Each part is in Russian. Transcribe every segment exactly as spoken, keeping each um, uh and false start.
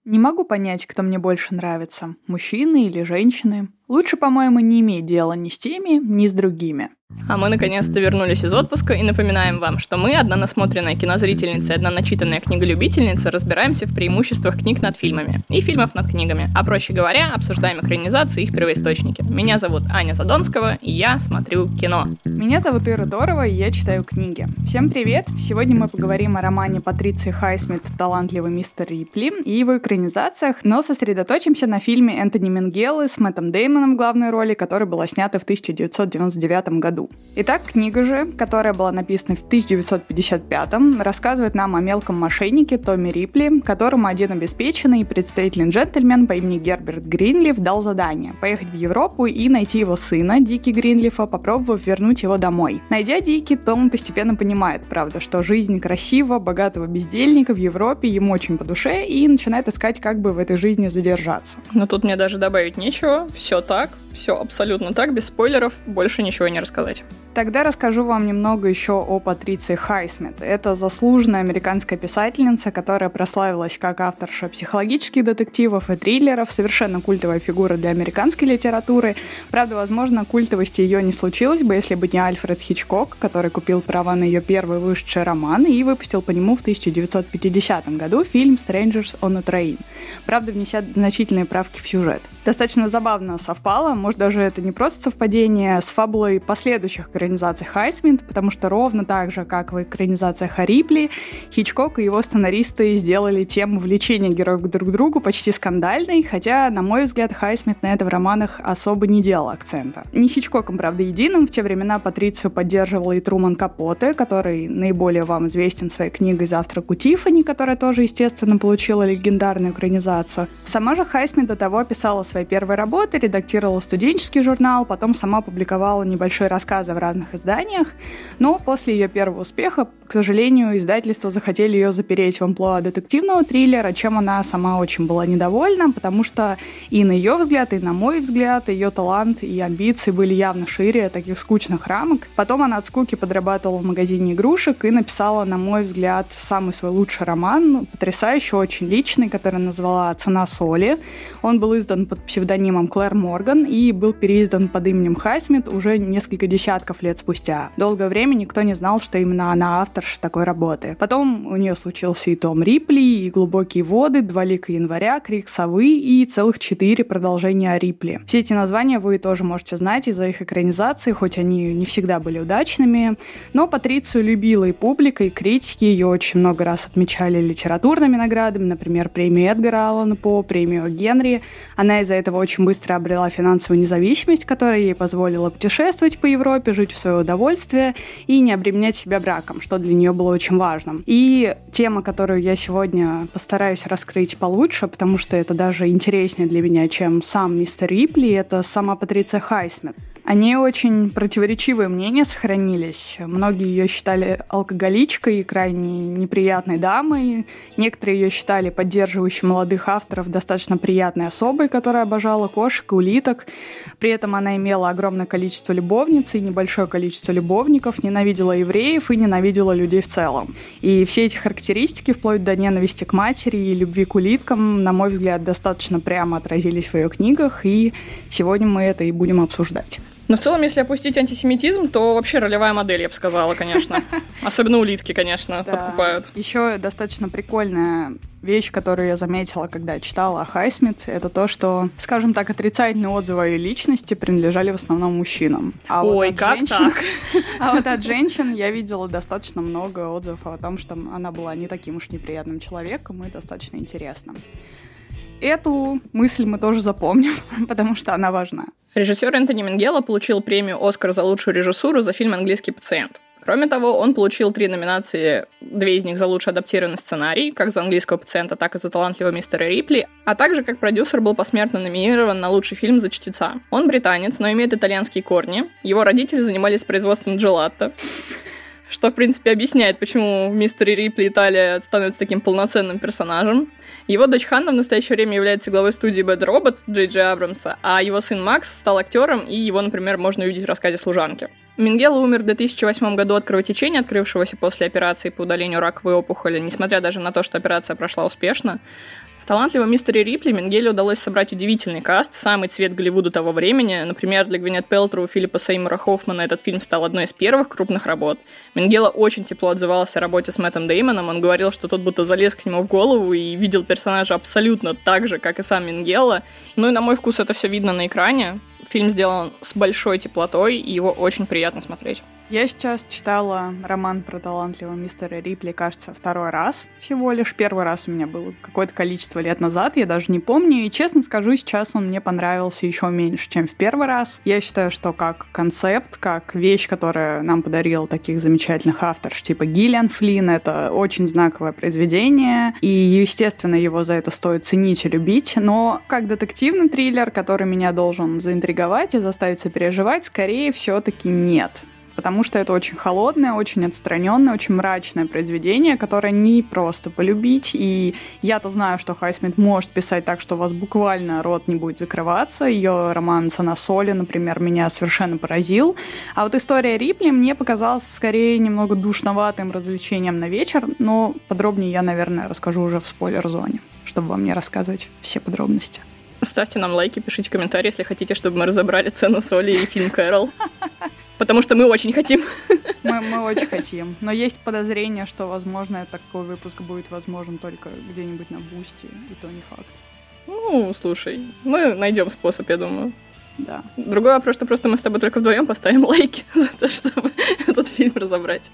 Не могу понять, кто мне больше нравится, мужчины или женщины. Лучше, по-моему, не иметь дела ни с теми, ни с другими. А мы наконец-то вернулись из отпуска и напоминаем вам, что мы, одна насмотренная кинозрительница и одна начитанная книголюбительница, разбираемся в преимуществах книг над фильмами и фильмов над книгами, а проще говоря, обсуждаем экранизации и их первоисточники. Меня зовут Аня Задонского, и я смотрю кино. Меня зовут Ира Дорова, и я читаю книги. Всем привет! Сегодня мы поговорим о романе Патриции Хайсмит «Талантливый мистер Рипли» и его экранизациях, но сосредоточимся на фильме Энтони Мингеллы с Мэттом Деймоном в главной роли, которая была снята в тысяча девятьсот девяносто девятом году. Итак, книга же, которая была написана в тысяча девятьсот пятьдесят пятом, рассказывает нам о мелком мошеннике Томми Рипли, которому один обеспеченный и представительный джентльмен по имени Герберт Гринлиф дал задание поехать в Европу и найти его сына, Дики Гринлифа, попробовав вернуть его домой. Найдя Дики, Том постепенно понимает, правда, что жизнь красивого, богатого бездельника в Европе ему очень по душе и начинает искать, как бы в этой жизни задержаться. Но тут мне даже добавить нечего, все так, все абсолютно так, без спойлеров, больше ничего не рассказать. Тогда расскажу вам немного еще о Патриции Хайсмит. Это заслуженная американская писательница, которая прославилась как авторша психологических детективов и триллеров, совершенно культовая фигура для американской литературы. Правда, возможно, культовости ее не случилось бы, если бы не Альфред Хичкок, который купил права на ее первый вышедший роман и выпустил по нему в тысяча девятьсот пятидесятом году фильм «Strangers on a Train», правда, внеся значительные правки в сюжет. Достаточно забавно совпало, может, даже это не просто совпадение, с фабулой последующих экранизаций Хайсмит, потому что ровно так же, как в экранизациях о Рипли, Хичкок и его сценаристы сделали тему влечения героев друг к другу почти скандальной, хотя, на мой взгляд, Хайсмит на это в романах особо не делал акцента. Не Хичкоком, правда, единым. В те времена Патрицию поддерживал и Труман Капоте, который наиболее вам известен своей книгой «Завтрак у Тиффани», которая тоже, естественно, получила легендарную экранизацию. Сама же Хайсмит до того писала свои первые работы, редактировала студенческий журнал, потом сама публиковала небольшие рассказы в разных изданиях, но после ее первого успеха, к сожалению, издательства захотели ее запереть в амплуа детективного триллера, чем она сама очень была недовольна, потому что и на ее взгляд, и на мой взгляд, ее талант и амбиции были явно шире таких скучных рамок. Потом она от скуки подрабатывала в магазине игрушек и написала, на мой взгляд, самый свой лучший роман, потрясающий, очень личный, который назвала «Цена соли». Он был издан под псевдонимом Клэр Морган и был переиздан под именем Хайсмит уже несколько десятков лет спустя. Долгое время никто не знал, что именно она авторша такой работы. Потом у нее случился и Том Рипли, и «Глубокие воды», «Два лика января», «Крик совы» и целых четыре продолжения о Рипли. Все эти названия вы тоже можете знать из-за их экранизации, хоть они не всегда были удачными, но Патрицию любила и публика, и критики, ее очень много раз отмечали литературными наградами, например, премию Эдгара Аллана По, премию Генри. Она из-за этого очень быстро обрела финансовую независимость, которая ей позволила путешествовать по Европе, жить в свое удовольствие и не обременять себя браком, что для нее было очень важным. И тема, которую я сегодня постараюсь раскрыть получше, потому что это даже интереснее для меня, чем сам мистер Рипли, это сама Патриция Хайсмит. О ней очень противоречивые мнения сохранились. Многие ее считали алкоголичкой и крайне неприятной дамой. Некоторые ее считали поддерживающей молодых авторов достаточно приятной особой, которая обожала кошек и улиток. При этом она имела огромное количество любовниц и небольшое количество любовников, ненавидела евреев и ненавидела людей в целом. И все эти характеристики, вплоть до ненависти к матери и любви к улиткам, на мой взгляд, достаточно прямо отразились в ее книгах, и сегодня мы это и будем обсуждать. Но в целом, если опустить антисемитизм, то вообще ролевая модель, я бы сказала, конечно. Особенно улитки, конечно, да. подкупают. Еще достаточно прикольная вещь, которую я заметила, когда читала о Хайсмит, это то, что, скажем так, отрицательные отзывы о ее личности принадлежали в основном мужчинам. А Ой, вот как женщин, так? А вот от женщин я видела достаточно много отзывов о том, что она была не таким уж неприятным человеком и достаточно интересным. Эту мысль мы тоже запомним, потому что она важна. Режиссер Энтони Мингелла получил премию «Оскар» за лучшую режиссуру за фильм «Английский пациент». Кроме того, он получил три номинации, две из них за лучший адаптированный сценарий, как за «Английского пациента», так и за «Талантливого мистера Рипли», а также как продюсер был посмертно номинирован на лучший фильм за «Чтеца». Он британец, но имеет итальянские корни. Его родители занимались производством джелатто. Что, в принципе, объясняет, почему в «Мистере Рипли» Италия становится таким полноценным персонажем. Его дочь Ханна в настоящее время является главой студии Bad Robot Джей Джей Абрамса, а его сын Макс стал актером, и его, например, можно увидеть в рассказе «Служанки». Мингелла умер в две тысячи восьмом году от кровотечения, открывшегося после операции по удалению раковой опухоли, несмотря даже на то, что операция прошла успешно. В «Талантливом мистере Рипли» Мингелле удалось собрать удивительный каст, самый цвет Голливуда того времени. Например, для Гвинет Пэлтроу и Филиппа Сеймура Хоффмана этот фильм стал одной из первых крупных работ. Мингелла очень тепло отзывался о работе с Мэттом Деймоном. Он говорил, что тот будто залез к нему в голову и видел персонажа абсолютно так же, как и сам Мингелла. Ну и на мой вкус это все видно на экране. Фильм сделан с большой теплотой, и его очень приятно смотреть. Я сейчас читала роман про талантливого мистера Рипли, кажется, второй раз всего лишь. Первый раз у меня было какое-то количество лет назад, я даже не помню. И, честно скажу, сейчас он мне понравился еще меньше, чем в первый раз. Я считаю, что как концепт, как вещь, которая нам подарил таких замечательных авторов, типа Гиллиан Флинн, это очень знаковое произведение. И, естественно, его за это стоит ценить и любить. Но как детективный триллер, который меня должен заинтриговать и заставить сопереживать, скорее все-таки нет. Потому что это очень холодное, очень отстраненное, очень мрачное произведение, которое не просто полюбить. И я-то знаю, что Хайсмит может писать так, что у вас буквально рот не будет закрываться. Ее роман «Цена соли», например, меня совершенно поразил. А вот история Рипли мне показалась скорее немного душноватым развлечением на вечер, но подробнее я, наверное, расскажу уже в спойлер-зоне, чтобы вам не рассказывать все подробности. Ставьте нам лайки, пишите комментарии, если хотите, чтобы мы разобрали «Цену соли» и фильм «Кэрол». Потому что мы очень хотим. Мы, мы очень хотим. Но есть подозрение, что, возможно, такой выпуск будет возможен только где-нибудь на Бусти, и то не факт. Ну, слушай, мы найдем способ, я думаю. Да. Другой вопрос, что просто мы с тобой только вдвоем поставим лайки за то, чтобы этот фильм разобрать.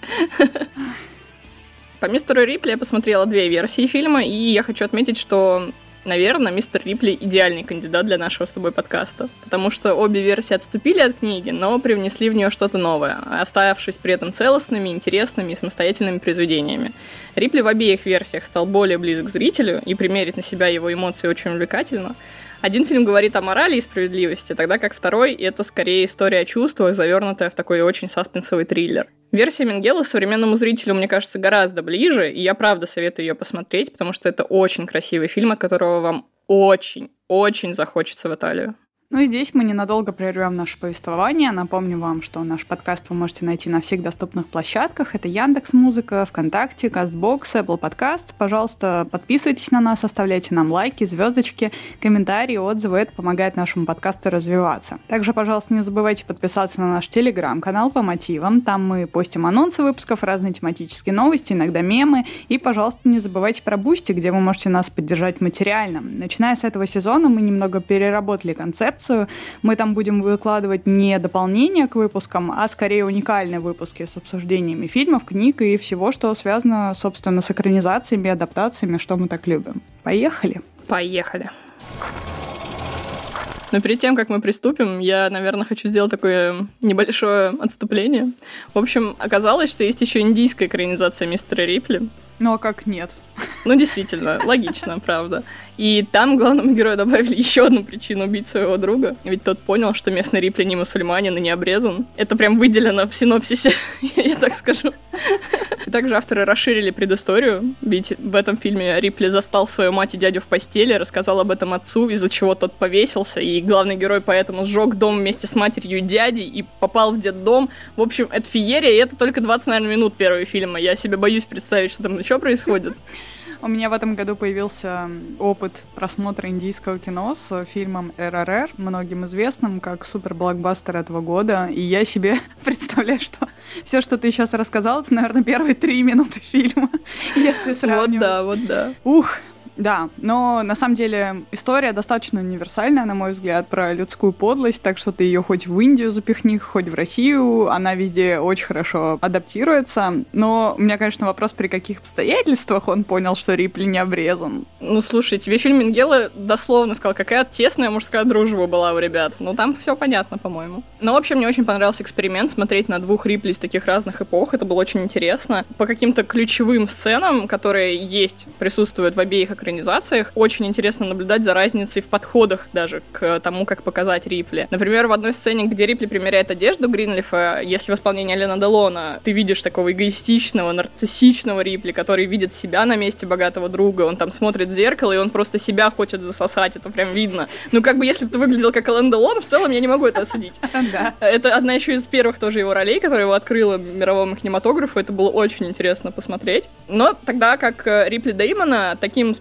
По мистеру Рипли я посмотрела две версии фильма, и я хочу отметить, что... Наверное, мистер Рипли идеальный кандидат для нашего с тобой подкаста, потому что обе версии отступили от книги, но привнесли в нее что-то новое, оставшись при этом целостными, интересными и самостоятельными произведениями. Рипли в обеих версиях стал более близок к зрителю, и примерить на себя его эмоции очень увлекательно. Один фильм говорит о морали и справедливости, тогда как второй — это скорее история о чувствах, завернутая в такой очень саспенсовый триллер. Версия Мингелла современному зрителю, мне кажется, гораздо ближе, и я правда советую ее посмотреть, потому что это очень красивый фильм, от которого вам очень-очень захочется в Италию. Ну и здесь мы ненадолго прервем наше повествование. Напомню вам, что наш подкаст вы можете найти на всех доступных площадках. Это Яндекс.Музыка, ВКонтакте, Castbox, Apple Podcasts. Пожалуйста, подписывайтесь на нас, оставляйте нам лайки, звездочки, комментарии, отзывы. Это помогает нашему подкасту развиваться. Также, пожалуйста, не забывайте подписаться на наш Телеграм-канал по мотивам. Там мы постим анонсы выпусков, разные тематические новости, иногда мемы. И, пожалуйста, не забывайте про Бусти, где вы можете нас поддержать материально. Начиная с этого сезона мы немного переработали концепт. Мы там будем выкладывать не дополнения к выпускам, а скорее уникальные выпуски с обсуждениями фильмов, книг и всего, что связано, собственно, с экранизациями, адаптациями, что мы так любим. Поехали? Поехали. Но перед тем, как мы приступим, я, наверное, хочу сделать такое небольшое отступление. В общем, оказалось, что есть еще индийская экранизация мистера Рипли. Ну а как нет? Ну, действительно, логично, правда. И там главному герою добавили еще одну причину убить своего друга. Ведь тот понял, что местный Рипли не мусульманин и не обрезан. Это прям выделено в синопсисе, я так скажу. И также авторы расширили предысторию. Ведь в этом фильме Рипли застал свою мать и дядю в постели, рассказал об этом отцу, из-за чего тот повесился. И главный герой поэтому сжег дом вместе с матерью и дядей и попал в детдом. В общем, это феерия, и это только двадцать, наверное, минут первого фильма. Я себе боюсь представить, что там еще происходит. У меня в этом году появился опыт просмотра индийского кино с фильмом эр эр эр, многим известным как супер-блокбастер этого года. И я себе представляю, что все, что ты сейчас рассказал, это, наверное, первые три минуты фильма, если сравнивать. Вот да, вот да. Ух! Да, но на самом деле история достаточно универсальная, на мой взгляд, про людскую подлость, так что ты ее хоть в Индию запихни, хоть в Россию, она везде очень хорошо адаптируется. Но у меня, конечно, вопрос, при каких обстоятельствах он понял, что Рипли не обрезан. Ну, слушай, тебе фильм Мингелла дословно сказал, какая тесная мужская дружба была у ребят. Ну, там все понятно, по-моему. Но, в общем, мне очень понравился эксперимент смотреть на двух Рипли из таких разных эпох. Это было очень интересно. По каким-то ключевым сценам, которые есть, присутствуют в обеих экранизациях, очень интересно наблюдать за разницей в подходах даже к тому, как показать Рипли. Например, в одной сцене, где Рипли примеряет одежду Гринлифа, если в исполнении Алена Делона ты видишь такого эгоистичного, нарциссичного Рипли, который видит себя на месте богатого друга, он там смотрит в зеркало, и он просто себя хочет засосать, это прям видно. Ну, как бы, если бы ты выглядел как Ален Делон, в целом я не могу это осудить. Это одна еще из первых тоже его ролей, которая его открыла мировому кинематографу, это было очень интересно посмотреть. Но тогда как Рипли Деймона таким способом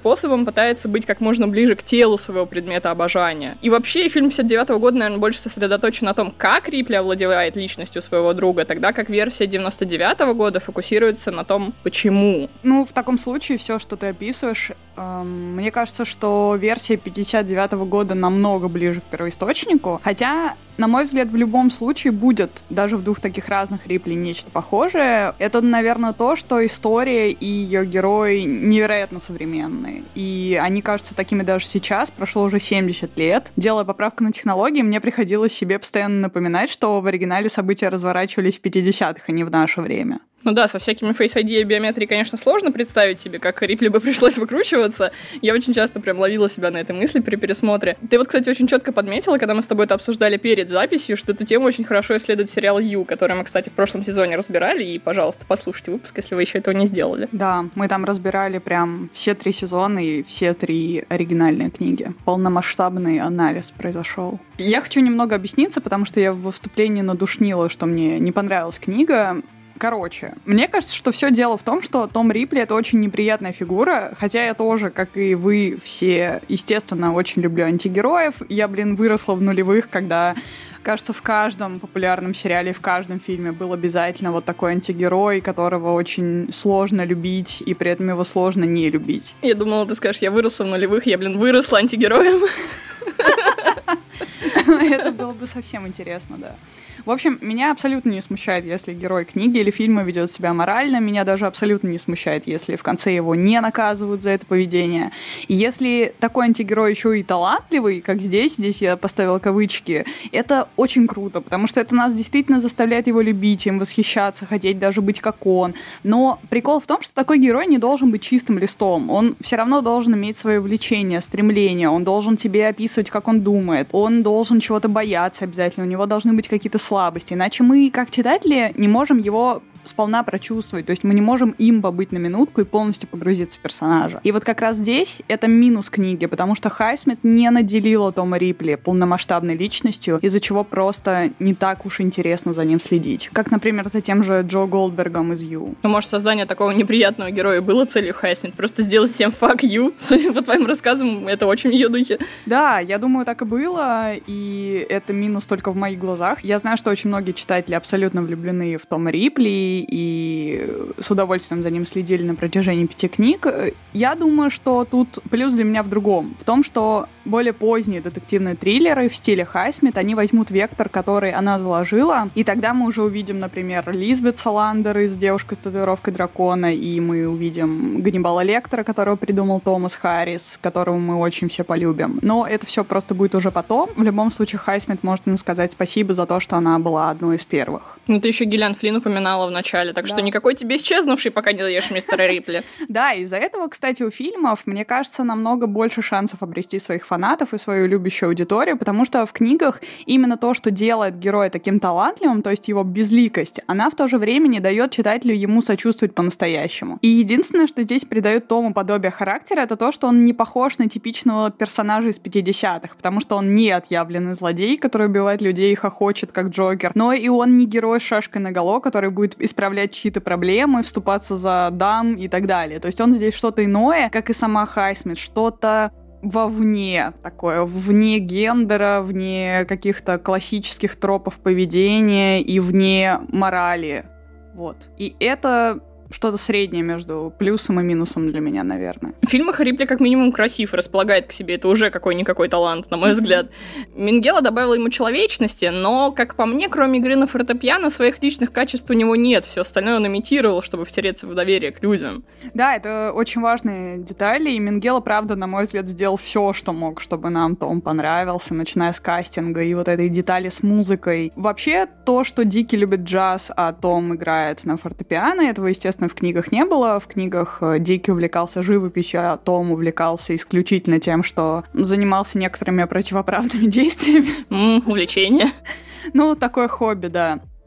способом пытается быть как можно ближе к телу своего предмета обожания. И вообще фильм пятьдесят девятого года, наверное, больше сосредоточен на том, как Рипли овладевает личностью своего друга, тогда как версия девяносто девятого года фокусируется на том, почему. Ну, в таком случае все, что ты описываешь, эм, мне кажется, что версия пятьдесят девятого года намного ближе к первоисточнику, хотя, на мой взгляд, в любом случае будет даже в двух таких разных Рипли нечто похожее. Это, наверное, то, что история и ее герои невероятно современные. И они кажутся такими даже сейчас, прошло уже семьдесят лет. Делая поправку на технологии, мне приходилось себе постоянно напоминать, что в оригинале события разворачивались в пятидесятых, а не в наше время. Ну да, со всякими Face ай ди и биометрией, конечно, сложно представить себе, как Рипли бы пришлось выкручиваться. Я очень часто прям ловила себя на этой мысли при пересмотре. Ты вот, кстати, очень четко подметила, когда мы с тобой это обсуждали перед записью, что эту тему очень хорошо исследует сериал «Ю», который мы, кстати, в прошлом сезоне разбирали, и, пожалуйста, послушайте выпуск, если вы еще этого не сделали. Да, мы там разбирали прям все три сезона и все три оригинальные книги. Полномасштабный анализ произошел. Я хочу немного объясниться, потому что я во вступлении надушнила, что мне не понравилась книга. Короче, мне кажется, что все дело в том, что Том Рипли — это очень неприятная фигура, хотя я тоже, как и вы все, естественно, очень люблю антигероев. Я, блин, выросла в нулевых, когда, кажется, в каждом популярном сериале, в каждом фильме был обязательно вот такой антигерой, которого очень сложно любить, и при этом его сложно не любить. Я думала, ты скажешь, я выросла в нулевых, я, блин, выросла антигероем. Это было бы совсем интересно, да. В общем, меня абсолютно не смущает, если герой книги или фильма ведет себя аморально. Меня даже абсолютно не смущает, если в конце его не наказывают за это поведение. И если такой антигерой еще и талантливый, как здесь, здесь я поставила кавычки, это очень круто, потому что это нас действительно заставляет его любить, им восхищаться, хотеть даже быть как он. Но прикол в том, что такой герой не должен быть чистым листом. Он все равно должен иметь свое влечение, стремление, он должен тебе описывать, как он думает, он должен чего-то бояться обязательно, у него должны быть какие-то слабости, иначе мы, как читатели, не можем его сполна прочувствовать, то есть мы не можем им побыть на минутку и полностью погрузиться в персонажа. И вот как раз здесь это минус книги, потому что Хайсмит не наделила Тома Рипли полномасштабной личностью, из-за чего просто не так уж интересно за ним следить. Как, например, за тем же Джо Голдбергом из «Ю». Ну, может, создание такого неприятного героя было целью Хайсмит? Просто сделать всем fuck you? Судя по твоим рассказам, это очень в ее духе. Да, я думаю, так и было, и это минус только в моих глазах. Я знаю, что очень многие читатели абсолютно влюблены в Тома Рипли и с удовольствием за ним следили на протяжении пяти книг. Я думаю, что тут плюс для меня в другом. В том, что более поздние детективные триллеры в стиле Хайсмит, они возьмут вектор, который она заложила, и тогда мы уже увидим, например, Лизбет Саландер из «Девушка с татуировкой дракона», и мы увидим Ганнибала Лектора, которого придумал Томас Харрис, которого мы очень все полюбим. Но это все просто будет уже потом. В любом случае, Хайсмит может нам сказать спасибо за то, что она была одной из первых. Ну, ты еще Гиллиан Флинн упоминала в начале, так да. Что никакой тебе исчезнувший, пока не даешь мистера Рипли. Да, из-за этого, кстати, у фильмов, мне кажется, намного больше шансов обрести своих фанатов и свою любящую аудиторию, потому что в книгах именно то, что делает героя таким талантливым, то есть его безликость, она в то же время не дает читателю ему сочувствовать по-настоящему. И единственное, что здесь придает Тому подобие характера, это то, что он не похож на типичного персонажа из пятидесятых, потому что он не отъявленный злодей, который убивает людей и хохочет, как Джокер, но и он не герой с шашкой наголо, который будет исправлять чьи-то проблемы, вступаться за дам и так далее. То есть он здесь что-то иное, как и сама Хайсмит, что-то вовне такое, вне гендера, вне каких-то классических тропов поведения и вне морали. Вот. И это что-то среднее между плюсом и минусом для меня, наверное. В фильмах Рипли как минимум красив и располагает к себе. Это уже какой-никакой талант, на мой взгляд. Мингела добавила ему человечности, но, как по мне, кроме игры на фортепиано, своих личных качеств у него нет. Все остальное он имитировал, чтобы втереться в доверие к людям. Да, это очень важные детали, и Мингела, правда, на мой взгляд, сделал все, что мог, чтобы нам Том понравился, начиная с кастинга и вот этой детали с музыкой. Вообще, то, что Дики любит джаз, а Том играет на фортепиано, этого, естественно, в книгах не было. В книгах Дики увлекался живописью, а Том увлекался исключительно тем, что занимался некоторыми противоправными действиями. Mm, увлечение. Ну, такое хобби, да.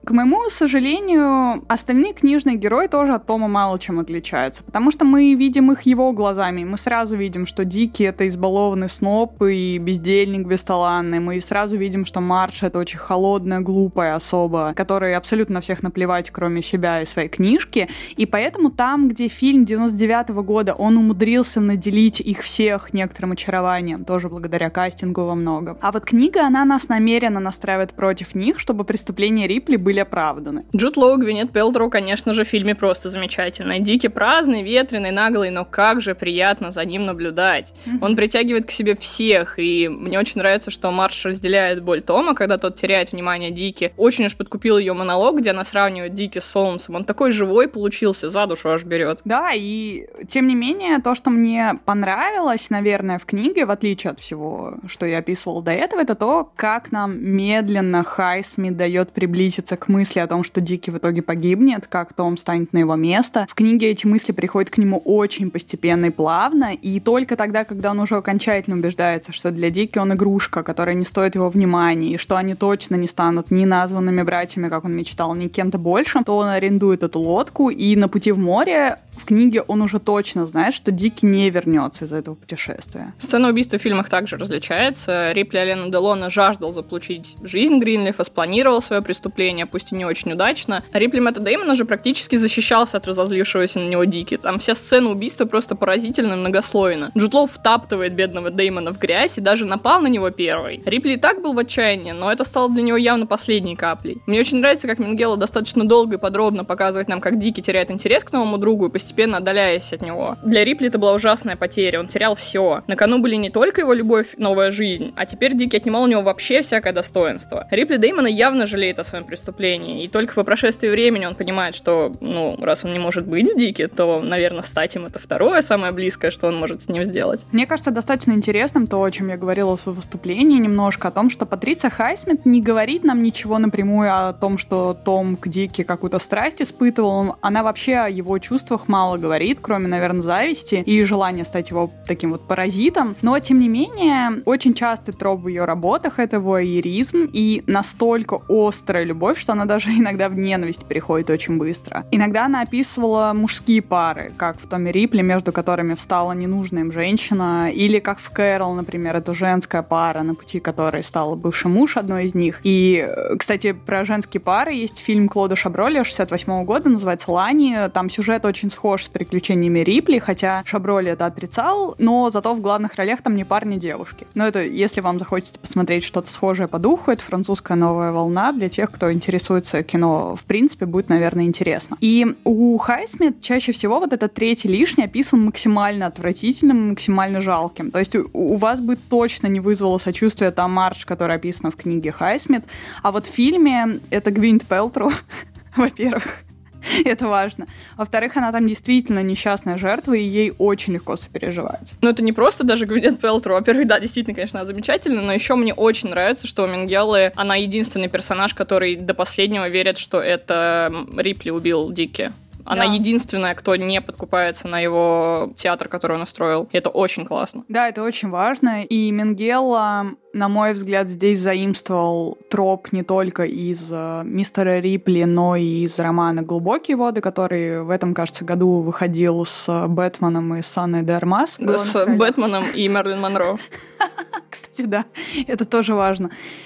к моему сожалению, остальные книжные герои тоже от Тома мало чем отличаются, потому что мы видим их его глазами, мы сразу видим, что Дики — это избалованный сноб и бездельник бесталанный, мы сразу видим, что Мардж — это очень холодная, глупая особа, которой абсолютно на всех наплевать, кроме себя и своей книжки, и поэтому там, где фильм девяносто девятого года, он умудрился наделить их всех некоторым очарованием, тоже благодаря кастингу во многом. А вот книга, она нас намеренно настраивает против них, чтобы преступления Рипли были оправданы. Джуд Лоу, Гвинет Пэлтроу, конечно же, в фильме просто замечательный. Дики праздный, ветреный, наглый, но как же приятно за ним наблюдать. Mm-hmm. Он притягивает к себе всех, и мне очень нравится, что Мардж разделяет боль Тома, когда тот теряет внимание Дики. Очень уж подкупил ее монолог, где она сравнивает Дики с Солнцем. Он такой живой получился, за душу аж берет. Да, и тем не менее, то, что мне понравилось, наверное, в книге, в отличие от всего, что я описывала до этого, это то, как нам медленно Хайсмит дает приблизиться к мысли о том, что Дики в итоге погибнет, как Том станет на его место. В книге эти мысли приходят к нему очень постепенно и плавно, и только тогда, когда он уже окончательно убеждается, что для Дики он игрушка, которая не стоит его внимания, и что они точно не станут ни названными братьями, как он мечтал, ни кем-то большим, то он арендует эту лодку, и на пути в море в книге он уже точно знает, что Дики не вернется из этого путешествия. Сцена убийства в фильмах также различается. Рипли Алена Делона жаждал заполучить жизнь Гринлифа, спланировал свое преступление, пусть и не очень удачно. Рипли Мэтта Дэймона же практически защищался от разозлившегося на него Дики. Там вся сцена убийства просто поразительно многослойна. Джуд Лоу втаптывает бедного Дэймона в грязь и даже напал на него первый. Рипли и так был в отчаянии, но это стало для него явно последней каплей. Мне очень нравится, как Мингелла достаточно долго и подробно показывает нам, как Дики теряет интерес к новому другу и постепенно отдаляясь от него. Для Рипли это была ужасная потеря, он терял все. На кону были не только его любовь, новая жизнь, а теперь Дики отнимал у него вообще всякое достоинство. Рипли Дэймона явно жалеет о своем преступлении, и только по прошествии времени он понимает, что, ну, раз он не может быть с Дики, то, наверное, стать им это второе самое близкое, что он может с ним сделать. Мне кажется достаточно интересным то, о чем я говорила в своем выступлении немножко, о том, что Патриция Хайсмит не говорит нам ничего напрямую о том, что Том к Дики какую-то страсть испытывал. Она вообще о его чувствах мало говорит, кроме, наверное, зависти и желания стать его таким вот паразитом. Но, тем не менее, очень частый троп в ее работах — это воеризм и настолько острая любовь, что она даже иногда в ненависть переходит очень быстро. Иногда она описывала мужские пары, как в Томе Рипли, между которыми встала ненужная им женщина, или как в Кэрол, например, это женская пара, на пути которой стал бывший муж одной из них. И, кстати, про женские пары есть фильм Клода Шаброля шестьдесят восьмого года, называется «Лани». Там сюжет очень схож с приключениями Рипли, хотя Шаброли это отрицал, но зато в главных ролях там не парни, девушки. Но это, если вам захочется посмотреть что-то схожее по духу, это французская новая волна. Для тех, кто интересуется кино, в принципе, будет, наверное, интересно. И у Хайсмит чаще всего вот этот третий лишний описан максимально отвратительным, максимально жалким. То есть у вас бы точно не вызвало сочувствия та Мардж, которая описана в книге Хайсмит, а вот в фильме это Гвинет Пэлтроу, во-первых. Это важно. Во-вторых, она там действительно несчастная жертва, и ей очень легко сопереживать. Но это не просто даже Гвинет Пэлтроу. Во-первых, да, действительно, конечно, она замечательная, но еще мне очень нравится, что у Мингеллы она единственный персонаж, который до последнего верит, что это Рипли убил Дики. Она да. единственная, кто не подкупается на его театр, который он устроил. И это очень классно. Да, это очень важно. И Мингелла, на мой взгляд, здесь заимствовал троп не только из э, «Мистера Рипли», но и из романа «Глубокие воды», который в этом, кажется, году выходил с Бэтменом и с Анной де Армас. С Бэтменом и Мерлин Монро. Кстати, да, это тоже важно.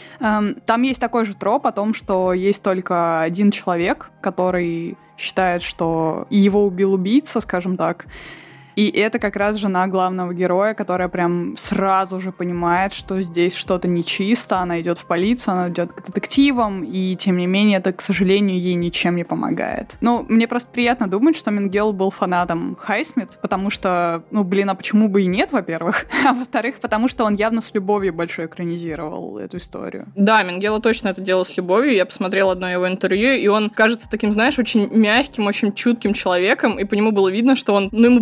Там есть такой же троп о том, что есть только один человек, который считает, что его убил убийца, скажем так. И это как раз жена главного героя, которая прям сразу же понимает, что здесь что-то нечисто, она идет в полицию, она идет к детективам, и тем не менее это, к сожалению, ей ничем не помогает. Ну, мне просто приятно думать, что Мингелл был фанатом Хайсмит, потому что, ну, блин, а почему бы и нет, во-первых, а во-вторых, потому что он явно с любовью большой экранизировал эту историю. Да, Мингелла точно это делал с любовью, я посмотрела одно его интервью, и он кажется таким, знаешь, очень мягким, очень чутким человеком, и по нему было видно, что он, ну, ему было интересно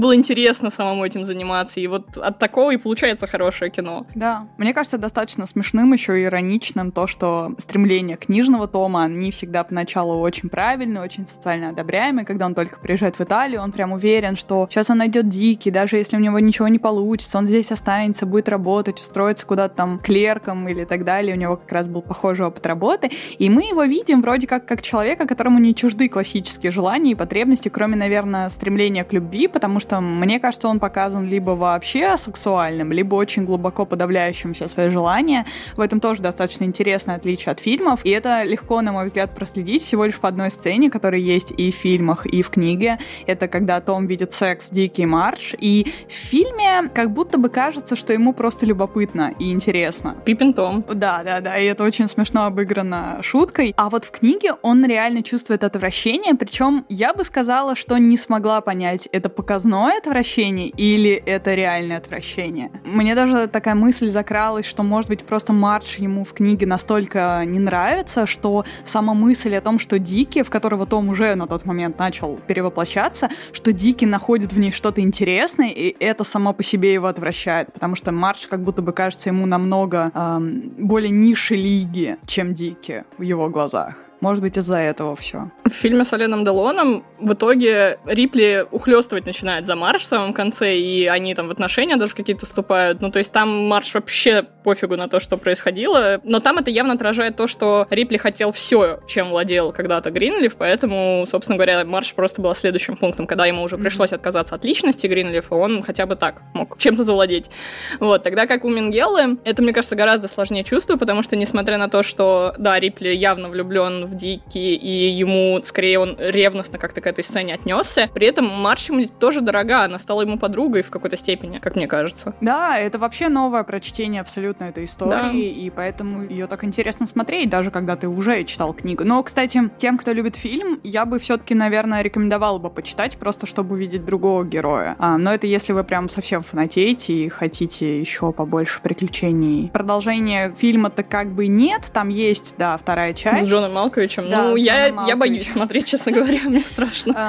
интересно самому этим заниматься, и вот от такого и получается хорошее кино. Да, мне кажется, достаточно смешным, еще и ироничным то, что стремление книжного тома не всегда поначалу очень правильный, очень социально одобряемый. Когда он только приезжает в Италию, он прям уверен, что сейчас он найдет Дики, даже если у него ничего не получится, он здесь останется, будет работать, устроится куда-то там клерком или так далее. У него как раз был похожий опыт работы. И мы его видим вроде как как человека, которому не чужды классические желания и потребности, кроме, наверное, стремления к любви, потому что, мне кажется, он показан либо вообще сексуальным, либо очень глубоко подавляющим все свои желания. В этом тоже достаточно интересное отличие от фильмов. И это легко, на мой взгляд, проследить всего лишь по одной сцене, которая есть и в фильмах, и в книге. Это когда Том видит секс Дики и Мардж. И в фильме как будто бы кажется, что ему просто любопытно и интересно. Пиппин Том. Да, да, да. И это очень смешно обыграно шуткой. А вот в книге он реально чувствует отвращение. Причем я бы сказала, что не смогла понять, это показное отвращение или это реальное отвращение. Мне даже такая мысль закралась, что, может быть, просто Мардж ему в книге настолько не нравится, что сама мысль о том, что Дики, в которого Том уже на тот момент начал перевоплощаться, что Дики находит в ней что-то интересное, и это само по себе его отвращает, потому что Мардж как будто бы кажется ему намного эм, более низшей лиги, чем Дики в его глазах. Может быть, из-за этого все. В фильме с Аленом Делоном в итоге Рипли ухлёстывать начинает за Мардж в самом конце, и они там в отношения даже какие-то вступают. Ну, то есть там Мардж вообще пофигу на то, что происходило. Но там это явно отражает то, что Рипли хотел все, чем владел когда-то Гринлиф, поэтому, собственно говоря, Мардж просто была следующим пунктом, когда ему уже mm-hmm. пришлось отказаться от личности Гринлифа, он хотя бы так мог чем-то завладеть. Вот, тогда как у Мингеллы, это, мне кажется, гораздо сложнее чувство, потому что, несмотря на то, что, да, Рипли явно влюблен в Дики, и ему, скорее, он ревностно как-то к этой сцене отнесся. При этом Мардж ему тоже дорога, она стала ему подругой в какой-то степени, как мне кажется. Да, это вообще новое прочтение абсолютно этой истории, да. И поэтому ее так интересно смотреть, даже когда ты уже читал книгу. Но, кстати, тем, кто любит фильм, я бы все-таки, наверное, рекомендовала бы почитать, просто чтобы увидеть другого героя. А, но это если вы прям совсем фанатеете и хотите еще побольше приключений. Продолжения фильма-то как бы нет, там есть, да, вторая часть. С Джоном Малковичем. Да, ну, я, я боюсь смотреть, честно говоря, мне страшно.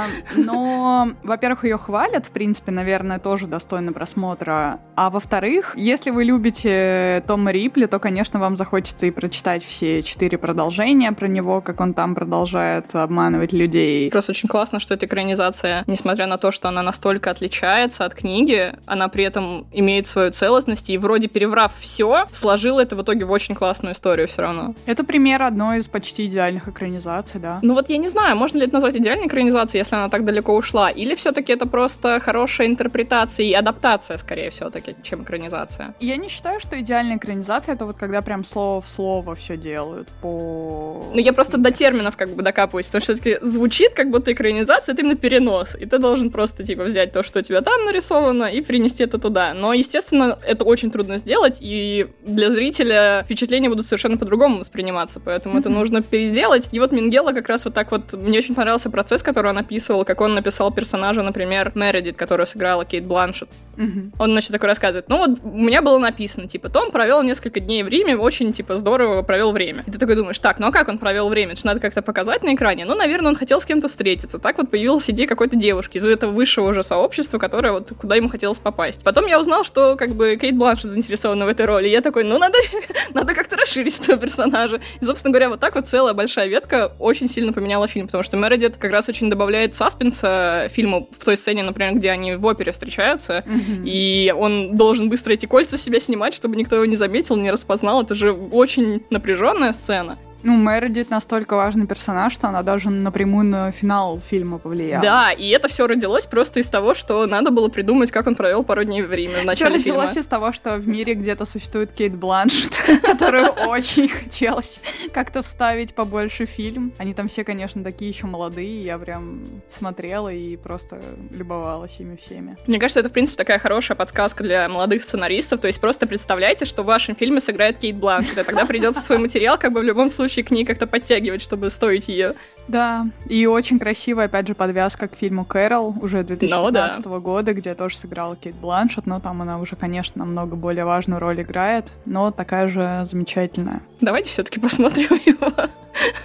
Но, во-первых, ее хвалят, в принципе, наверное, тоже достойно просмотра. А во-вторых, если вы любите Тома Рипли, то, конечно, вам захочется и прочитать все четыре продолжения про него, как он там продолжает обманывать людей. Просто очень классно, что эта экранизация, несмотря на то, что она настолько отличается от книги, она при этом имеет свою целостность и, вроде переврав все, сложила это в итоге в очень классную историю все равно. Это пример одной из почти идеальных экранизаций, да. Ну вот я не знаю, можно ли это назвать идеальной экранизацией, если она так далеко ушла, или все-таки это просто хорошая интерпретация и адаптация, скорее все-таки, чем экранизация. Я не считаю, что идеальная экранизация — это вот когда прям слово в слово все делают по... Ну я просто до терминов как бы докапываюсь, потому что все-таки звучит как будто экранизация, это именно перенос, и ты должен просто типа взять то, что у тебя там нарисовано, и перенести это туда. Но, естественно, это очень трудно сделать, и для зрителя впечатления будут совершенно по-другому восприниматься, поэтому mm-hmm. это нужно переделать. И вот Мингелла как раз вот так вот... Мне очень понравился процесс, который он описывал, как он написал персонажа, например, Мередит, которую сыграла Кейт Бланшетт. Mm-hmm. Он, значит, такой рассказывает. Ну вот, у меня было написано, типа, Том провел несколько дней в Риме, очень, типа, здорово провел время. И ты такой думаешь, так, ну а как он провел время? Это же надо как-то показать на экране. Ну, наверное, он хотел с кем-то встретиться. Так вот появилась идея какой-то девушки из этого высшего уже сообщества, которое вот куда ему хотелось попасть. Потом я узнал, что, как бы, Кейт Бланшетт заинтересована в этой роли. И я такой, ну, надо, надо как-то расширить этого персонажа. И, собственно говоря, вот так вот целая большая ветка очень сильно поменяла фильм, потому что Мередит как раз очень добавляет саспенса фильму в той сцене, например, где они в опере встречаются, mm-hmm. и он должен быстро эти кольца с себя снимать, чтобы никто его не заметил, не распознал. Это же очень напряженная сцена. Ну, Мередит настолько важный персонаж, что она даже напрямую на финал фильма повлияла. Да, и это все родилось просто из того, что надо было придумать, как он провел пару дней в Риме в начале фильма. Все родилось из того, что в мире где-то существует Кейт Бланшетт, которую очень хотелось как-то вставить побольше в фильм. Они там все, конечно, такие еще молодые, я прям смотрела и просто любовалась ими всеми. Мне кажется, это, в принципе, такая хорошая подсказка для молодых сценаристов, то есть просто представляйте, что в вашем фильме сыграет Кейт Бланшетт, и тогда придется свой материал как бы в любом случае к ней как-то подтягивать, чтобы стоить ее. Да, и очень красивая, опять же, подвязка к фильму «Кэрол» уже две тысячи пятнадцатого года, где тоже сыграла Кейт Бланшетт, но там она уже, конечно, намного более важную роль играет, но такая же замечательная. Давайте все-таки посмотрим его.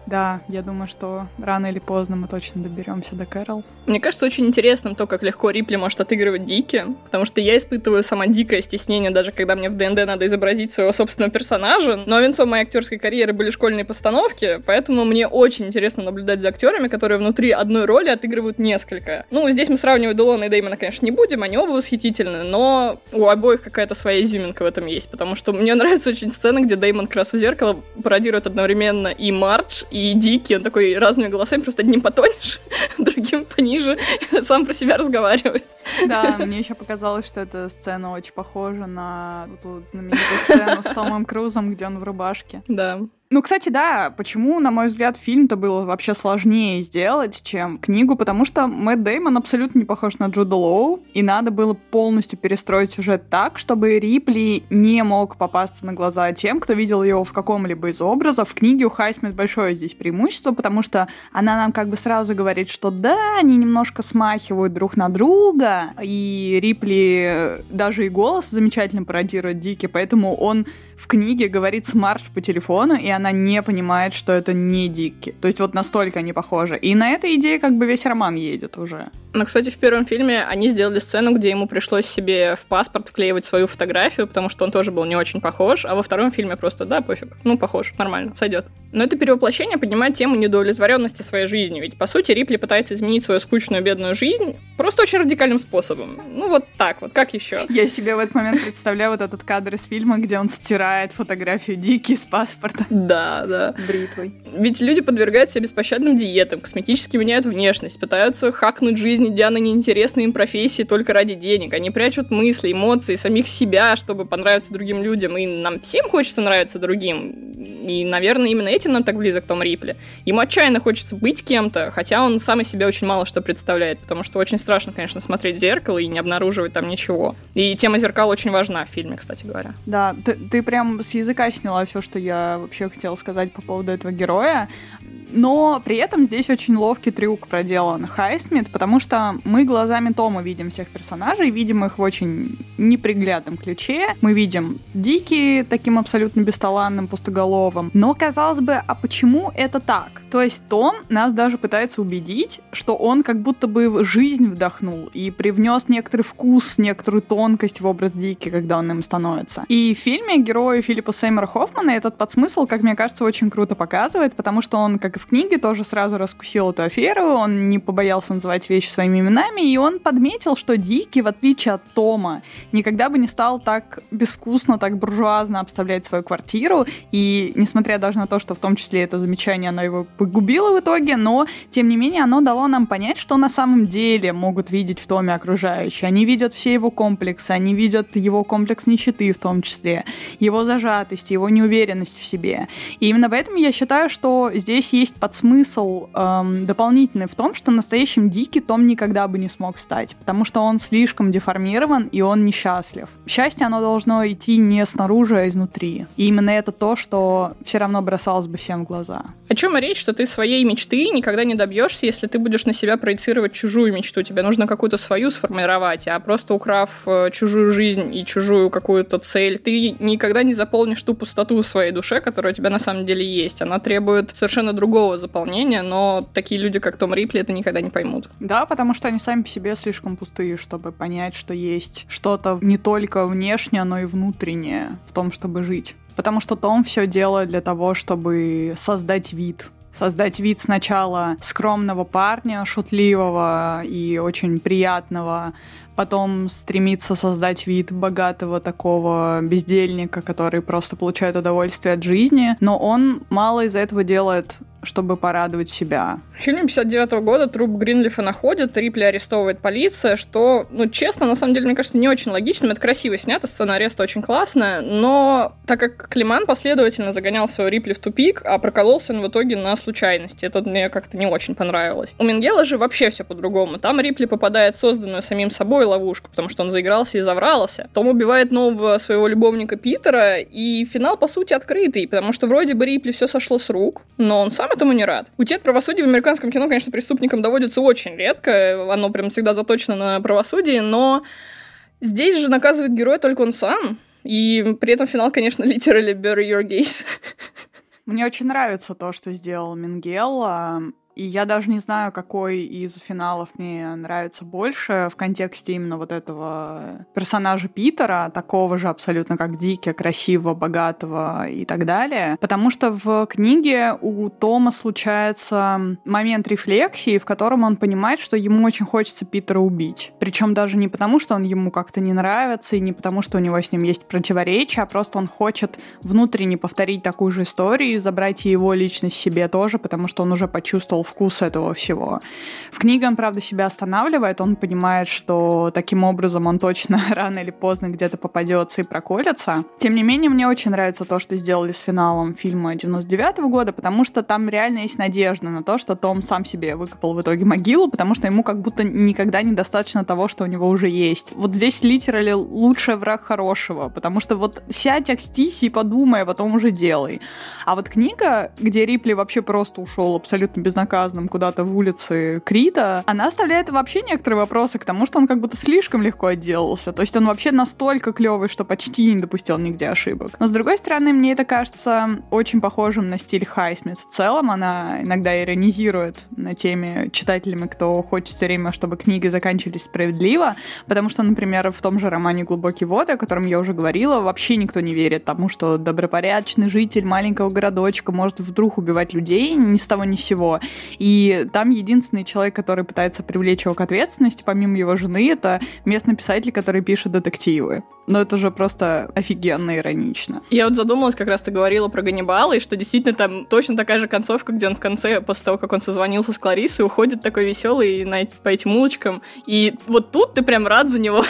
Да, я думаю, что рано или поздно мы точно доберемся до Кэрол. Мне кажется очень интересным то, как легко Рипли может отыгрывать Дики, потому что я испытываю сама дикое стеснение, даже когда мне в ДНД надо изобразить своего собственного персонажа. Но венцом моей актерской карьеры были школьные постановки, поэтому мне очень интересно наблюдать за актерами, которые внутри одной роли отыгрывают несколько. Ну, здесь мы сравнивать Делона и Дэймона, конечно, не будем, они оба восхитительны, но у обоих какая-то своя изюминка в этом есть, потому что мне нравится очень сцена, где Дэймон как раз в зеркало пародирует одновременно и Мардж, и Дики, он такой разными голосами, просто одним потонешь, другим пониже, сам про себя разговаривает. Да, мне еще показалось, что эта сцена очень похожа на ту знаменитую сцену с Томом Крузом, где он в рубашке. Да. Ну, кстати, да, почему, на мой взгляд, фильм-то было вообще сложнее сделать, чем книгу, потому что Мэтт Дэймон абсолютно не похож на Джуда Лоу, и надо было полностью перестроить сюжет так, чтобы Рипли не мог попасться на глаза тем, кто видел его в каком-либо из образов. В книге у Хайсмит большое здесь преимущество, потому что она нам как бы сразу говорит, что да, они немножко смахивают друг на друга, и Рипли даже и голос замечательно пародирует Дики, поэтому он в книге говорит с Мардж по телефону, и она не понимает, что это не Дики. То есть вот настолько они похожи. И на этой идее как бы весь роман едет уже. Но, кстати, в первом фильме они сделали сцену, где ему пришлось себе в паспорт вклеивать свою фотографию, потому что он тоже был не очень похож, а во втором фильме просто, да, пофиг, ну, похож, нормально, сойдет. Но это перевоплощение поднимает тему недовлетворенности своей жизнью, ведь, по сути, Рипли пытается изменить свою скучную бедную жизнь просто очень радикальным способом. Ну, вот так вот, как еще? Я себе в этот момент представляю вот этот кадр из фильма, где он стирает фотографию Дики с паспорта. Да, да. Бритвой. Ведь люди подвергают себя беспощадным диетам, косметически меняют внешность, пытаются хакнуть жизнь, идя на неинтересные им профессии только ради денег. Они прячут мысли, эмоции, самих себя, чтобы понравиться другим людям. И нам всем хочется нравиться другим. И, наверное, именно этим нам так близок Том Рипли. Ему отчаянно хочется быть кем-то, хотя он сам из себя очень мало что представляет, потому что очень страшно, конечно, смотреть в зеркало и не обнаруживать там ничего. И тема зеркала очень важна в фильме, кстати говоря. Да, ты, ты прям с языка сняла все, что я вообще хотела сказать по поводу этого героя. Но при этом здесь очень ловкий трюк проделан Хайсмит, потому что мы глазами Тома видим всех персонажей, видим их в очень неприглядном ключе. Мы видим Дики таким абсолютно бесталанным, пустоголовым. Но, казалось бы, а почему это так? То есть Том нас даже пытается убедить, что он как будто бы жизнь вдохнул и привнес некоторый вкус, некоторую тонкость в образ Дики, когда он им становится. И в фильме герой Филиппа Сеймура Хоффмана этот подсмысл, как мне кажется, очень круто показывает, потому что он, как и в книге, тоже сразу раскусил эту аферу, он не побоялся называть вещи своими именами, и он подметил, что Дики, в отличие от Тома, никогда бы не стал так безвкусно, так буржуазно обставлять свою квартиру, и несмотря даже на то, что в том числе это замечание, оно его погубило в итоге, но, тем не менее, оно дало нам понять, что на самом деле могут видеть в Томе окружающие. Они видят все его комплексы, они видят его комплекс нищеты в том числе, его зажатость, его неуверенность в себе. И именно поэтому я считаю, что здесь есть подсмысл эм, дополнительный в том, что настоящим Дики Том никогда бы не смог стать, потому что он слишком деформирован, и он несчастлив. Счастье, оно должно идти не снаружи, а изнутри. И именно это то, что все равно бросалось бы всем в глаза. О чем речь, что ты своей мечты никогда не добьешься, если ты будешь на себя проецировать чужую мечту. Тебе нужно какую-то свою сформировать, а просто украв э, чужую жизнь и чужую какую-то цель, ты никогда не заполнишь ту пустоту в своей душе, которая у тебя на самом деле есть. Она требует совершенно другого заполнения, но такие люди, как Том Рипли, это никогда не поймут. Да, потому что они сами по себе слишком пустые, чтобы понять, что есть что-то не только внешнее, но и внутреннее в том, чтобы жить. Потому что Том все делает для того, чтобы создать вид. Создать вид сначала скромного парня, шутливого и очень приятного, потом стремиться создать вид богатого такого бездельника, который просто получает удовольствие от жизни, но он мало из этого делает, чтобы порадовать себя. В фильме пятьдесят девятого года труп Гринлифа находят, Рипли арестовывает полиция, что, ну, честно, на самом деле, мне кажется, не очень логичным. Это красиво снято, сцена ареста очень классная, но так как Климан последовательно загонял своего Рипли в тупик, а прокололся он в итоге на случайности, это мне как-то не очень понравилось. У Мингела же вообще все по-другому. Там Рипли попадает в созданную самим собой ловушку, потому что он заигрался и заврался. Том убивает нового своего любовника Питера, и финал, по сути, открытый, потому что вроде бы Рипли все сошло с рук, но он сам этому не рад. Утек правосудия в американском кино, конечно, преступникам доводится очень редко, оно прям всегда заточено на правосудие, но здесь же наказывает героя только он сам, и при этом финал, конечно, literally bury your gays. Мне очень нравится то, что сделал Мингелла. И я даже не знаю, какой из финалов мне нравится больше в контексте именно вот этого персонажа Питера, такого же абсолютно как Дики, красивого, богатого и так далее. Потому что в книге у Тома случается момент рефлексии, в котором он понимает, что ему очень хочется Питера убить. Причем даже не потому, что он ему как-то не нравится, и не потому, что у него с ним есть противоречия, а просто он хочет внутренне повторить такую же историю и забрать его личность себе тоже, потому что он уже почувствовал вкус этого всего. В книге он, правда, себя останавливает, он понимает, что таким образом он точно рано или поздно где-то попадется и проколется. Тем не менее, мне очень нравится то, что сделали с финалом фильма девяносто девятого года, потому что там реально есть надежда на то, что Том сам себе выкопал в итоге могилу, потому что ему как будто никогда недостаточно того, что у него уже есть. Вот здесь литерали лучший враг хорошего, потому что вот сядь, окстись и подумай, а потом уже делай. А вот книга, где Рипли вообще просто ушел абсолютно безнаказанно куда-то в улицы Крита, она оставляет вообще некоторые вопросы к тому, что он как будто слишком легко отделался. То есть он вообще настолько клевый, что почти не допустил нигде ошибок. Но, с другой стороны, мне это кажется очень похожим на стиль Хайсмит. В целом, она иногда иронизирует на теме читателями, кто хочет все время, чтобы книги заканчивались справедливо, потому что, например, в том же романе «Глубокие воды», о котором я уже говорила, вообще никто не верит тому, что добропорядочный житель маленького городочка может вдруг убивать людей ни с того ни с сего. И там единственный человек, который пытается привлечь его к ответственности, помимо его жены, это местный писатель, который пишет детективы. Но это же просто офигенно иронично. Я вот задумалась, как раз ты говорила про Ганнибала, и что действительно там точно такая же концовка, где он в конце, после того, как он созвонился с Клариссой, уходит такой веселый на эти, по этим улочкам. И вот тут ты прям рад за него.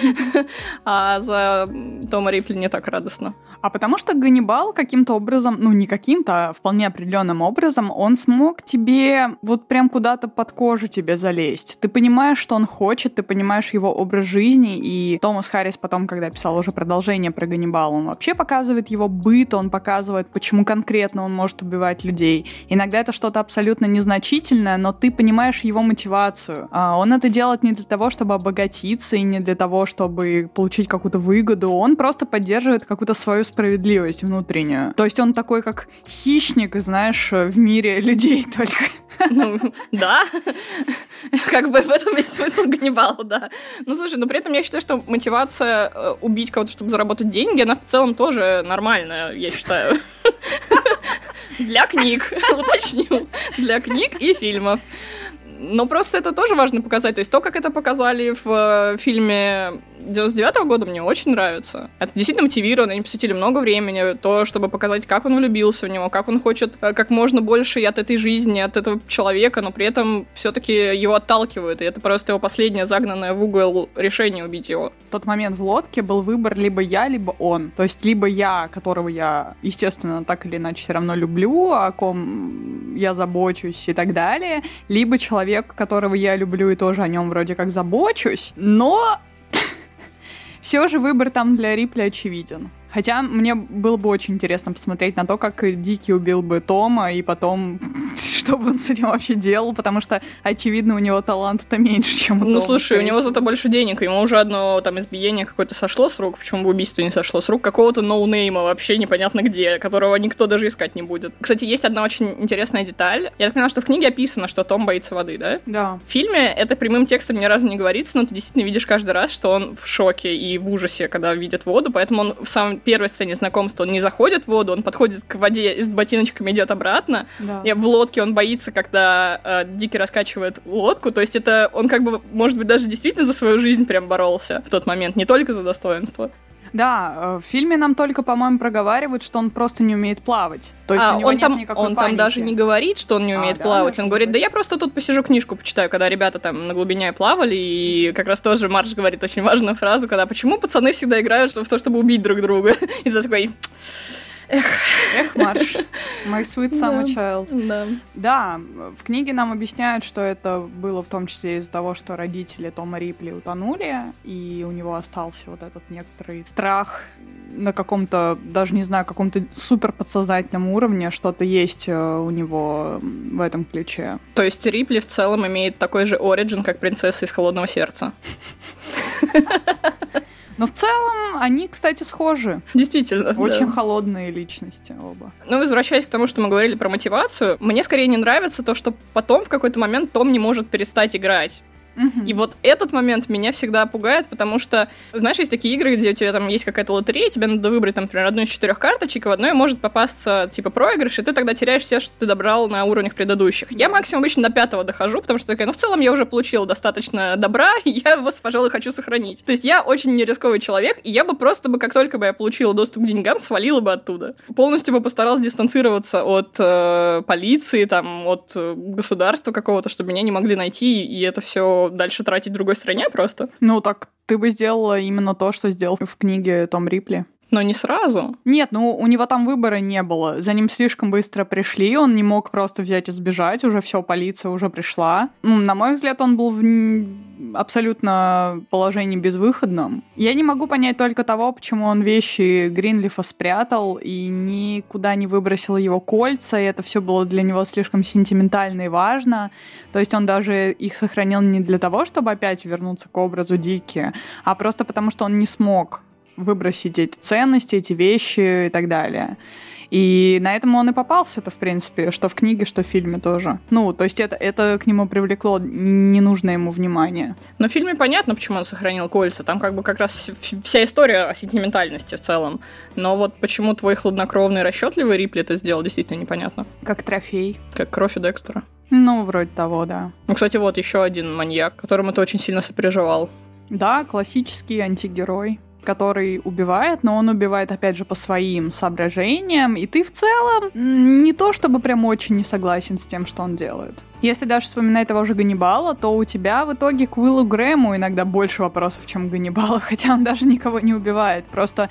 А за Тома Рипли не так радостно. А потому что Ганнибал каким-то образом, ну не каким-то, а вполне определенным образом, он смог тебе вот прям куда-то под кожу тебе залезть. Ты понимаешь, что он хочет, ты понимаешь его образ жизни, и Томас Харрис потом, когда писал уже продолжение про Ганнибала, он вообще показывает его быт, он показывает, почему конкретно он может убивать людей. Иногда это что-то абсолютно незначительное, но ты понимаешь его мотивацию. Он это делает не для того, чтобы обогатиться, и не для того, чтобы получить какую-то выгоду. Он просто поддерживает какую-то свою справедливость внутреннюю. То есть он такой, как хищник, знаешь, в мире людей только. Ну, да. Как бы в этом весь смысл Ганнибала, да. Ну, слушай, но при этом я считаю, что мотивация убить кого-то, чтобы заработать деньги, она в целом тоже нормальная, я считаю. Для книг, уточню. Для книг и фильмов. Но просто это тоже важно показать. То есть то, как это показали в фильме девяносто девятого года, мне очень нравится. Это действительно мотивировано, они посвятили много времени, то, чтобы показать, как он влюбился в него, как он хочет как можно больше и от этой жизни, от этого человека, но при этом все-таки его отталкивают, и это просто его последнее загнанное в угол решение убить его. В тот момент в лодке был выбор либо я, либо он. То есть либо я, которого я, естественно, так или иначе все равно люблю, о ком я забочусь и так далее, либо человек, которого я люблю и тоже о нем вроде как забочусь, но все же выбор там для Рипли очевиден. Хотя мне было бы очень интересно посмотреть на то, как Дики убил бы Тома, и потом, что бы он с этим вообще делал, потому что, очевидно, у него таланта-то меньше, чем у Тома. Ну, слушай, у него зато больше денег, ему уже одно там избиение какое-то сошло с рук, почему бы убийство не сошло с рук, какого-то ноунейма вообще непонятно где, которого никто даже искать не будет. Кстати, есть одна очень интересная деталь. Я так поняла, что в книге описано, что Том боится воды, да? Да. В фильме это прямым текстом ни разу не говорится, но ты действительно видишь каждый раз, что он в шоке и в ужасе, когда видит воду, поэтому он в самом первой сцене знакомства он не заходит в воду, он подходит к воде и с ботиночками идет обратно. Да. И в лодке он боится, когда э, Дики раскачивает лодку. То есть это он как бы, может быть, даже действительно за свою жизнь прям боролся в тот момент, не только за достоинство. Да, в фильме нам только, по-моему, проговаривают, что он просто не умеет плавать. То есть а, у него он нет там, никакой он паники. там даже не говорит, что он не умеет а, плавать. Да, он говорит, да я просто тут посижу, книжку почитаю, когда ребята там на глубине плавали, и как раз тоже Марш говорит очень важную фразу, когда почему пацаны всегда играют в то, чтобы убить друг друга. И ты такой... Эх, эх, Марш, my sweet summer child. Да. Да, в книге нам объясняют, что это было в том числе из-за того, что родители Тома Рипли утонули, и у него остался вот этот некоторый страх на каком-то, даже не знаю, каком-то супер подсознательном уровне, что-то есть у него в этом ключе. То есть Рипли в целом имеет такой же оригин, как принцесса из «Холодного сердца. Но в целом они, кстати, схожи. Действительно. Очень да. холодные личности оба. Ну, возвращаясь к тому, что мы говорили про мотивацию, мне скорее не нравится то, что потом в какой-то момент Том не может перестать играть. И вот этот момент меня всегда пугает, потому что, знаешь, есть такие игры, где у тебя там есть какая-то лотерея, тебе надо выбрать, там, например, одну из четырех карточек, и в одной может попасться, типа, проигрыш, и ты тогда теряешь все, что ты добрал на уровнях предыдущих. Я максимум обычно до пятого дохожу, потому что такая, ну, в целом я уже получила достаточно добра, и я его, пожалуй, хочу сохранить. То есть я очень нерисковый человек, и я бы просто бы, как только бы я получила доступ к деньгам, свалила бы оттуда. Полностью бы постаралась дистанцироваться от э, полиции, там, от э, государства какого-то, чтобы меня не могли найти, и это все дальше тратить в другой стране просто. Ну, так ты бы сделала именно то, что сделал в книге Том Рипли. Но не сразу. Нет, ну у него там выбора не было. За ним слишком быстро пришли, он не мог просто взять и сбежать, уже все, полиция уже пришла. Ну, на мой взгляд, он был в абсолютно положении безвыходном. Я не могу понять только того, почему он вещи Гринлифа спрятал и никуда не выбросил его кольца, и это все было для него слишком сентиментально и важно. То есть он даже их сохранил не для того, чтобы опять вернуться к образу Дики, а просто потому, что он не смог выбросить эти ценности, эти вещи и так далее. И на этом он и попался-то, в принципе, что в книге, что в фильме тоже. Ну, то есть это, это к нему привлекло ненужное ему внимание. Но в фильме понятно, почему он сохранил кольца. Там как бы как раз вся история о сентиментальности в целом. Но вот почему твой хладнокровный, расчетливый Рипли это сделал, действительно непонятно. Как трофей. Как кровь у Декстера. Ну, вроде того, да. Ну, кстати, вот еще один маньяк, которому ты очень сильно сопереживал. Да, классический антигерой, который убивает, но он убивает, опять же, по своим соображениям, и ты в целом не то чтобы прям очень не согласен с тем, что он делает. Если даже вспоминать того же Ганнибала, то у тебя в итоге к Уиллу Грэму иногда больше вопросов, чем Ганнибала, хотя он даже никого не убивает. Просто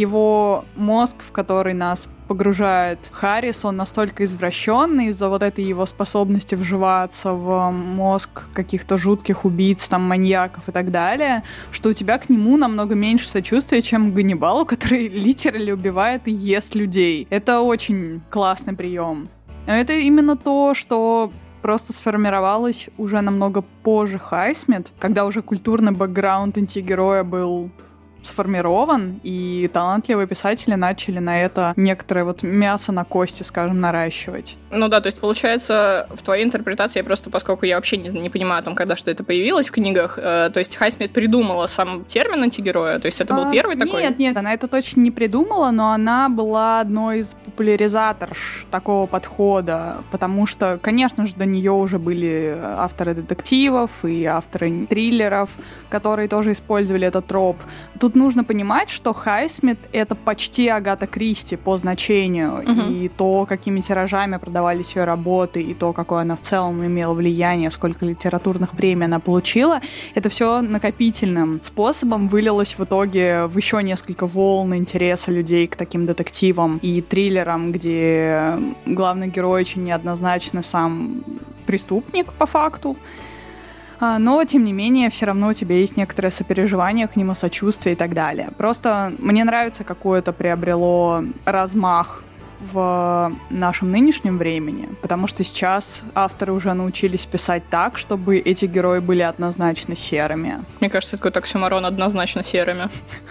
его мозг, в который нас погружает Харрис, он настолько извращенный из-за вот этой его способности вживаться в мозг каких-то жутких убийц, там, маньяков и так далее, что у тебя к нему намного меньше сочувствия, чем к Ганнибалу, который литерально убивает и ест людей. Это очень классный прием. Но это именно то, что просто сформировалось уже намного позже Хайсмит, когда уже культурный бэкграунд антигероя был сформирован, и талантливые писатели начали на это некоторое вот мясо на кости, скажем, наращивать. Ну да, то есть, получается, в твоей интерпретации, просто поскольку я вообще не, не понимаю о том, когда что это появилось в книгах, э, то есть Хайсмит придумала сам термин антигероя, то есть это был а, первый нет, такой? Нет, нет, она это точно не придумала, но она была одной из популяризаторш такого подхода, потому что, конечно же, до нее уже были авторы детективов и авторы триллеров, которые тоже использовали этот троп. Тут нужно понимать, что Хайсмит — это почти Агата Кристи по значению, угу. И то, какими тиражами продавались ее работы, и то, какое она в целом имела влияние, сколько литературных премий она получила, это все накопительным способом вылилось в итоге в еще несколько волн интереса людей к таким детективам и триллерам, где главный герой очень неоднозначно сам преступник по факту. Но, тем не менее, все равно у тебя есть некоторое сопереживание к нему, сочувствие и так далее. Просто мне нравится, какое это приобрело размах в нашем нынешнем времени, потому что сейчас авторы уже научились писать так, чтобы эти герои были однозначно серыми. Мне кажется, это какой-то оксюморон, однозначно серыми.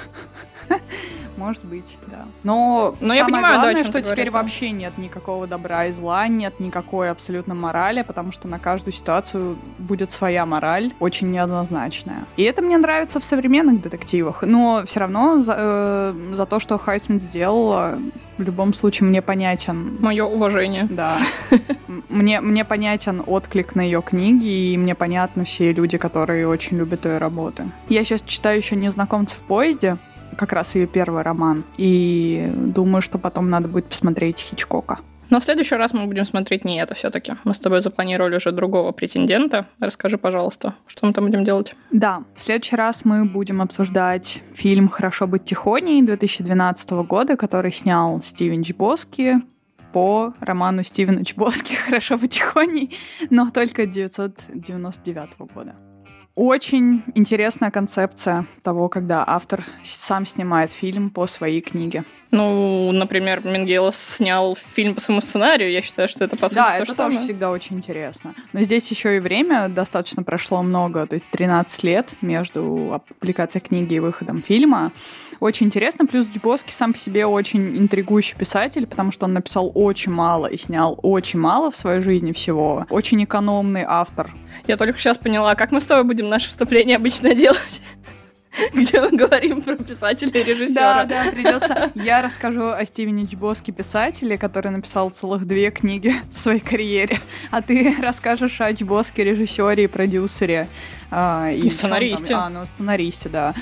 Может быть, да. Но, Но самое я понимаю, главное, да, что теперь говоришь, вообще да. нет никакого добра и зла, нет никакой абсолютно морали, потому что на каждую ситуацию будет своя мораль, очень неоднозначная. И это мне нравится в современных детективах. Но все равно за, э, за то, что Хайсмит сделала, в любом случае мне понятен... Мое уважение. Да. Мне, мне понятен отклик на ее книги, и мне понятны все люди, которые очень любят ее работы. Я сейчас читаю еще «Незнакомцев в поезде», как раз ее первый роман. И думаю, что потом надо будет посмотреть Хичкока. Но в следующий раз мы будем смотреть не это все-таки. Мы с тобой запланировали уже другого претендента. Расскажи, пожалуйста, что мы там будем делать? Да, в следующий раз мы будем обсуждать фильм «Хорошо быть тихоней» две тысячи двенадцатого года, который снял Стивен Чбоски по роману Стивена Чбоски «Хорошо быть тихоней», но только девятьсот девяносто девятого года. Очень интересная концепция того, когда автор сам снимает фильм по своей книге. Ну, например, Мингелов снял фильм по своему сценарию. Я считаю, что это, по сути, да, то это же тоже самое. Всегда очень интересно. Но здесь еще и время достаточно прошло много, то есть тринадцать лет между публикацией книги и выходом фильма. Очень интересно. Плюс Чбоски сам по себе очень интригующий писатель, потому что он написал очень мало и снял очень мало в своей жизни всего. Очень экономный автор. Я только сейчас поняла, как мы с тобой будем наше вступление обычно делать. Где мы говорим про писателя и режиссера. Да, да, придется. Я расскажу о Стивене Чбоски, писателе, который написал целых две книги в своей карьере. А ты расскажешь о Чбоски, режиссере и продюсере. Э, и сценаристе. А, ну, сценаристе, да.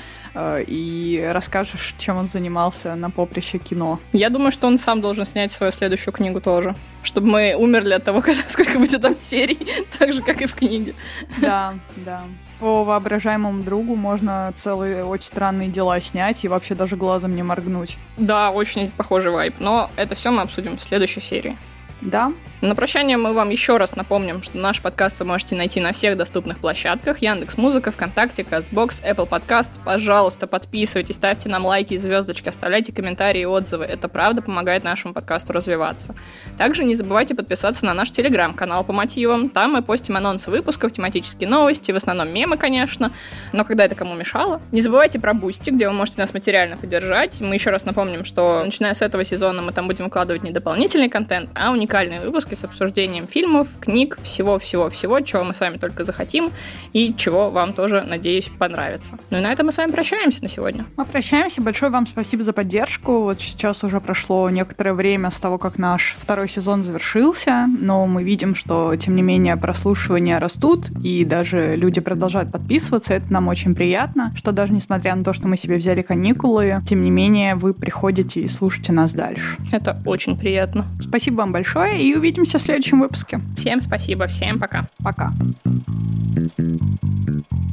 И расскажешь, чем он занимался на поприще кино. Я думаю, что он сам должен снять свою следующую книгу тоже. Чтобы мы умерли от того, когда, сколько будет там серий, так же, как и в книге. Да, да. По воображаемому другу можно целые очень странные дела снять и вообще даже глазом не моргнуть. Да, очень похожий вайб. Но это все мы обсудим в следующей серии. Да. На прощание мы вам еще раз напомним, что наш подкаст вы можете найти на всех доступных площадках: Яндекс.Музыка, ВКонтакте, Кастбокс, Apple Podcasts. Пожалуйста, подписывайтесь, ставьте нам лайки и звездочки, оставляйте комментарии и отзывы. Это правда помогает нашему подкасту развиваться. Также не забывайте подписаться на наш телеграм-канал по мотивам. Там мы постим анонсы выпусков, тематические новости, в основном мемы, конечно, но когда это кому мешало. Не забывайте про Бусти, где вы можете нас материально поддержать. Мы еще раз напомним, что начиная с этого сезона мы там будем выкладывать не дополнительный контент, а уникальные выпуски с обсуждением фильмов, книг, всего-всего-всего, чего мы сами только захотим и чего вам тоже, надеюсь, понравится. Ну и на этом мы с вами прощаемся на сегодня. Мы прощаемся. Большое вам спасибо за поддержку. Вот сейчас уже прошло некоторое время с того, как наш второй сезон завершился, но мы видим, что, тем не менее, прослушивания растут, и даже люди продолжают подписываться. Это нам очень приятно, что даже несмотря на то, что мы себе взяли каникулы, тем не менее, вы приходите и слушаете нас дальше. Это очень приятно. Спасибо вам большое, и увидимся в следующем выпуске. Всем спасибо, всем пока. Пока.